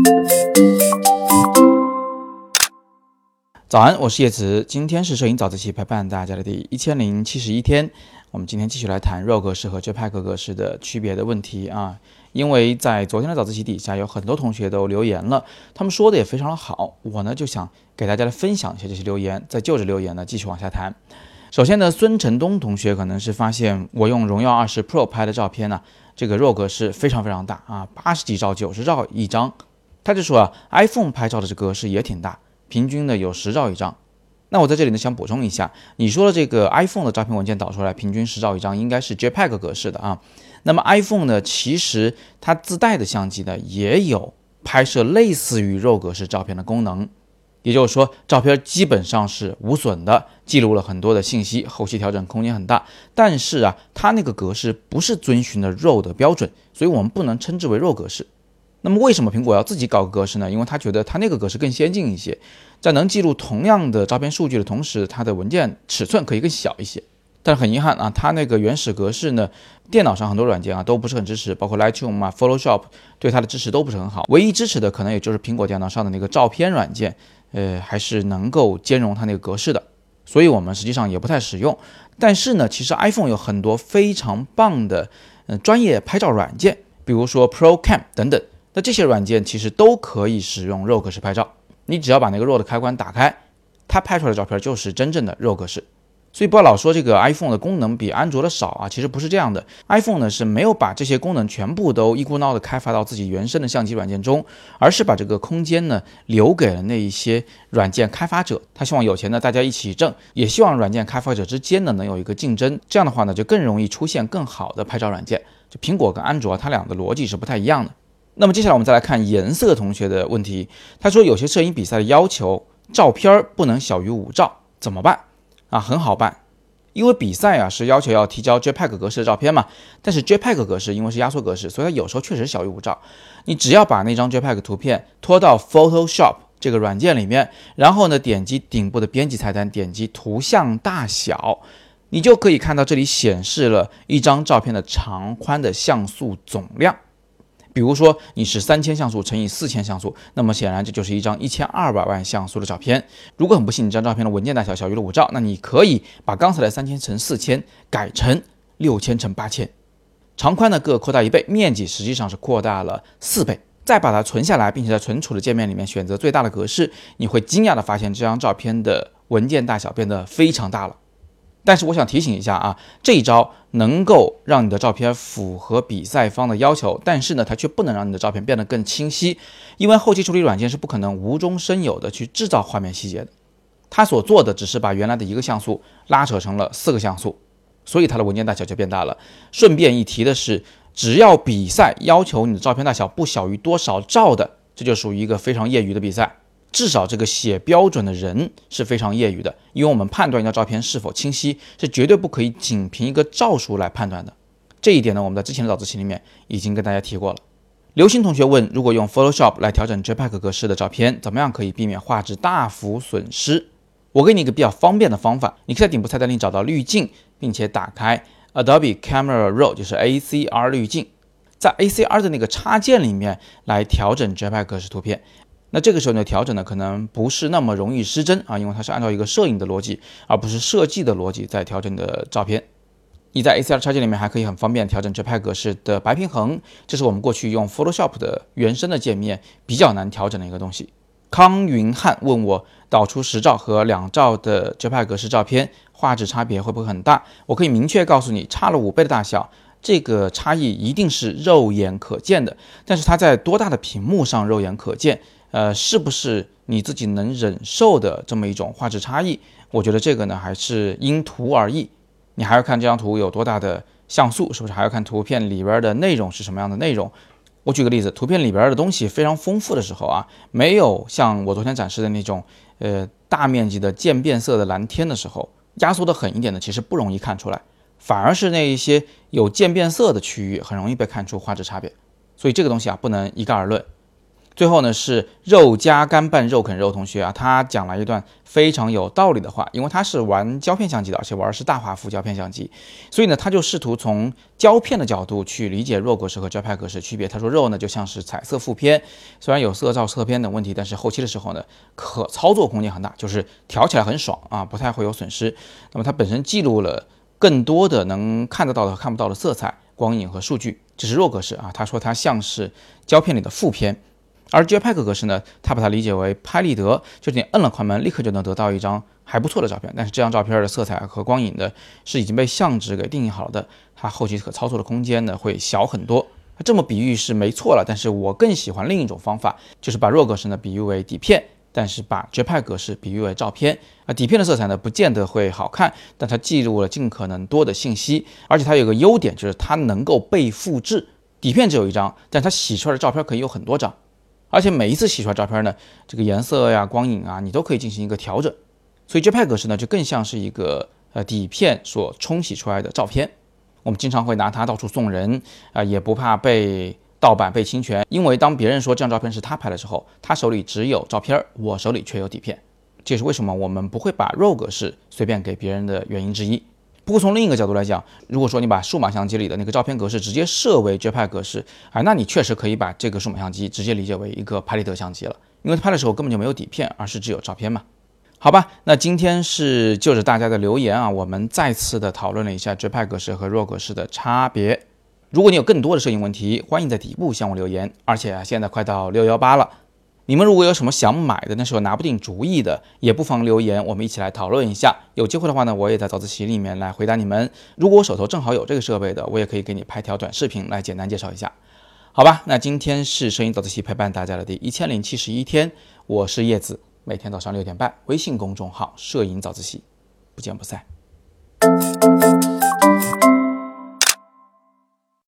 早安，我是叶子，今天是摄影早自习陪伴大家的第1071天。我们今天继续来谈 RAW 格式和 JPEG 格式的区别的问题啊。因为在昨天的早自习底下有很多同学都留言了，他们说的也非常的好，我呢就想给大家来分享一下这些留言，再就着留言呢继续往下谈。首先呢，孙晨东同学可能是发现我用荣耀20 Pro 拍的照片呢，这个 RAW 格式非常非常大啊，80几兆、90兆一张。他就说iPhone 拍照的这格式也挺大，平均的有10兆一张。那我在这里呢想补充一下，你说的这个 iPhone 的照片文件导出来平均10兆一张，应该是 JPEG 格式的啊。那么 iPhone 呢，其实它自带的相机呢也有拍摄类似于 RAW 格式照片的功能，也就是说照片基本上是无损的，记录了很多的信息，后期调整空间很大。但是啊，它那个格式不是遵循的 RAW 的标准，所以我们不能称之为 RAW 格式。那么为什么苹果要自己搞个格式呢？因为他觉得他那个格式更先进一些，在能记录同样的照片数据的同时，它的文件尺寸可以更小一些。但是很遗憾啊，它那个原始格式呢，电脑上很多软件啊都不是很支持，包括 Lightroom 啊、Photoshop 对它的支持都不是很好。唯一支持的可能也就是苹果电脑上的那个照片软件，还是能够兼容它那个格式的，所以我们实际上也不太使用。但是呢，其实 iPhone 有很多非常棒的专业拍照软件，比如说 ProCam 等等。那这些软件其实都可以使用 RAW 格式拍照，你只要把那个 RAW 的开关打开，它拍出来的照片就是真正的 RAW 格式。所以不要老说这个 iPhone 的功能比安卓的少啊，其实不是这样的。iPhone 呢是没有把这些功能全部都一股脑的开发到自己原生的相机软件中，而是把这个空间呢留给了那一些软件开发者。他希望有钱的大家一起挣，也希望软件开发者之间呢能有一个竞争，这样的话呢就更容易出现更好的拍照软件。就苹果跟安卓它俩的逻辑是不太一样的。那么接下来我们再来看颜色同学的问题，他说有些摄影比赛的要求照片不能小于5兆，怎么办啊？很好办，因为比赛啊是要求要提交 JPEG 格式的照片嘛，但是 JPEG 格式因为是压缩格式，所以它有时候确实小于5兆。你只要把那张 JPEG 图片拖到 Photoshop 这个软件里面，然后呢点击顶部的编辑菜单，点击图像大小，你就可以看到这里显示了一张照片的长宽的像素总量。比如说你是3000像素乘以4000像素，那么显然这就是一张1200万像素的照片。如果很不幸你这张照片的文件大小小于了5兆，那你可以把刚才的3000乘4000改成6000乘8000，长宽呢各扩大1倍，面积实际上是扩大了4倍。再把它存下来，并且在存储的界面里面选择最大的格式，你会惊讶的发现这张照片的文件大小变得非常大了。但是我想提醒一下啊，这一招能够让你的照片符合比赛方的要求，但是呢，它却不能让你的照片变得更清晰，因为后期处理软件是不可能无中生有的去制造画面细节的，它所做的只是把原来的1个像素拉扯成了4个像素，所以它的文件大小就变大了。顺便一提的是，只要比赛要求你的照片大小不小于多少兆的，这就属于一个非常业余的比赛。至少这个写标准的人是非常业余的，因为我们判断一张照片是否清晰是绝对不可以仅凭一个兆数来判断的。这一点呢，我们在之前的早自习里面已经跟大家提过了。刘鑫同学问，如果用 Photoshop 来调整 JPEG 格式的照片，怎么样可以避免画质大幅损失？我给你一个比较方便的方法，你可以在顶部菜单里找到滤镜，并且打开 Adobe Camera Raw， 就是 ACR 滤镜，在 ACR 的那个插件里面来调整 JPEG 格式图片。那这个时候呢，调整呢可能不是那么容易失真啊，因为它是按照一个摄影的逻辑，而不是设计的逻辑在调整你的照片。你在 ACR 插件里面还可以很方便调整 JPEG 格式的白平衡，这是我们过去用 Photoshop 的原生的界面比较难调整的一个东西。康云汉问我，导出10兆和2兆的 JPEG 格式照片画质差别会不会很大？我可以明确告诉你，差了5倍的大小，这个差异一定是肉眼可见的，但是它在多大的屏幕上肉眼可见，是不是你自己能忍受的这么一种画质差异？我觉得这个呢还是因图而异，你还要看这张图有多大的像素，是不是还要看图片里边的内容是什么样的内容。我举个例子，图片里边的东西非常丰富的时候啊，没有像我昨天展示的那种大面积的渐变色的蓝天的时候，压缩的狠一点的其实不容易看出来，反而是那一些有渐变色的区域很容易被看出画质差别。所以这个东西啊不能一概而论。 最后呢是肉加干拌肉啃肉同学啊，他讲了一段非常有道理的话，因为他是玩胶片相机的，而且玩的是大画幅胶片相机，所以呢他就试图从胶片的角度去理解RAW格式和 JPEG 格式区别。他说 RAW 呢就像是彩色负片，虽然有色照色偏等问题，但是后期的时候呢可操作空间很大，就是调起来很爽啊，不太会有损失。那么它本身记录了更多的能看得到的和看不到的色彩、光影和数据，这是RAW格式啊。他说它像是胶片里的负片。而 JPEG 格式呢，他把它理解为拍立得，就是你摁了快门，立刻就能得到一张还不错的照片。但是这张照片的色彩和光影的是已经被相纸给定义好的，它后期可操作的空间呢会小很多。这么比喻是没错了，但是我更喜欢另一种方法，就是把RAW格式呢比喻为底片，但是把 JPEG 格式比喻为照片。底片的色彩呢不见得会好看，但它记录了尽可能多的信息，而且它有个优点，就是它能够被复制。底片只有一张，但它洗出来的照片可以有很多张。而且每一次洗出来照片呢，这个颜色呀、光影啊，你都可以进行一个调整。所以 JPEG 格式呢，就更像是一个底片所冲洗出来的照片。我们经常会拿它到处送人也不怕被盗版、被侵权，因为当别人说这张照片是他拍的时候，他手里只有照片，我手里却有底片。这也是为什么我们不会把RAW格式随便给别人的原因之一。不过从另一个角度来讲，如果说你把数码相机里的那个照片格式直接设为 JPEG 格式那你确实可以把这个数码相机直接理解为一个拍立得相机了，因为拍的时候根本就没有底片，而是只有照片嘛。好吧，那今天是就着大家的留言我们再次的讨论了一下 JPEG 格式和 RAW 格式的差别。如果你有更多的摄影问题，欢迎在底部向我留言。而且现在快到618了，你们如果有什么想买的，但是我拿不定主意的，也不妨留言，我们一起来讨论一下。有机会的话呢，我也在早自习里面来回答你们。如果我手头正好有这个设备的，我也可以给你拍条短视频来简单介绍一下。好吧，那今天是摄影早自习陪伴大家的第1071天，我是叶子，每天早上6点半，微信公众号摄影早自习，不见不散。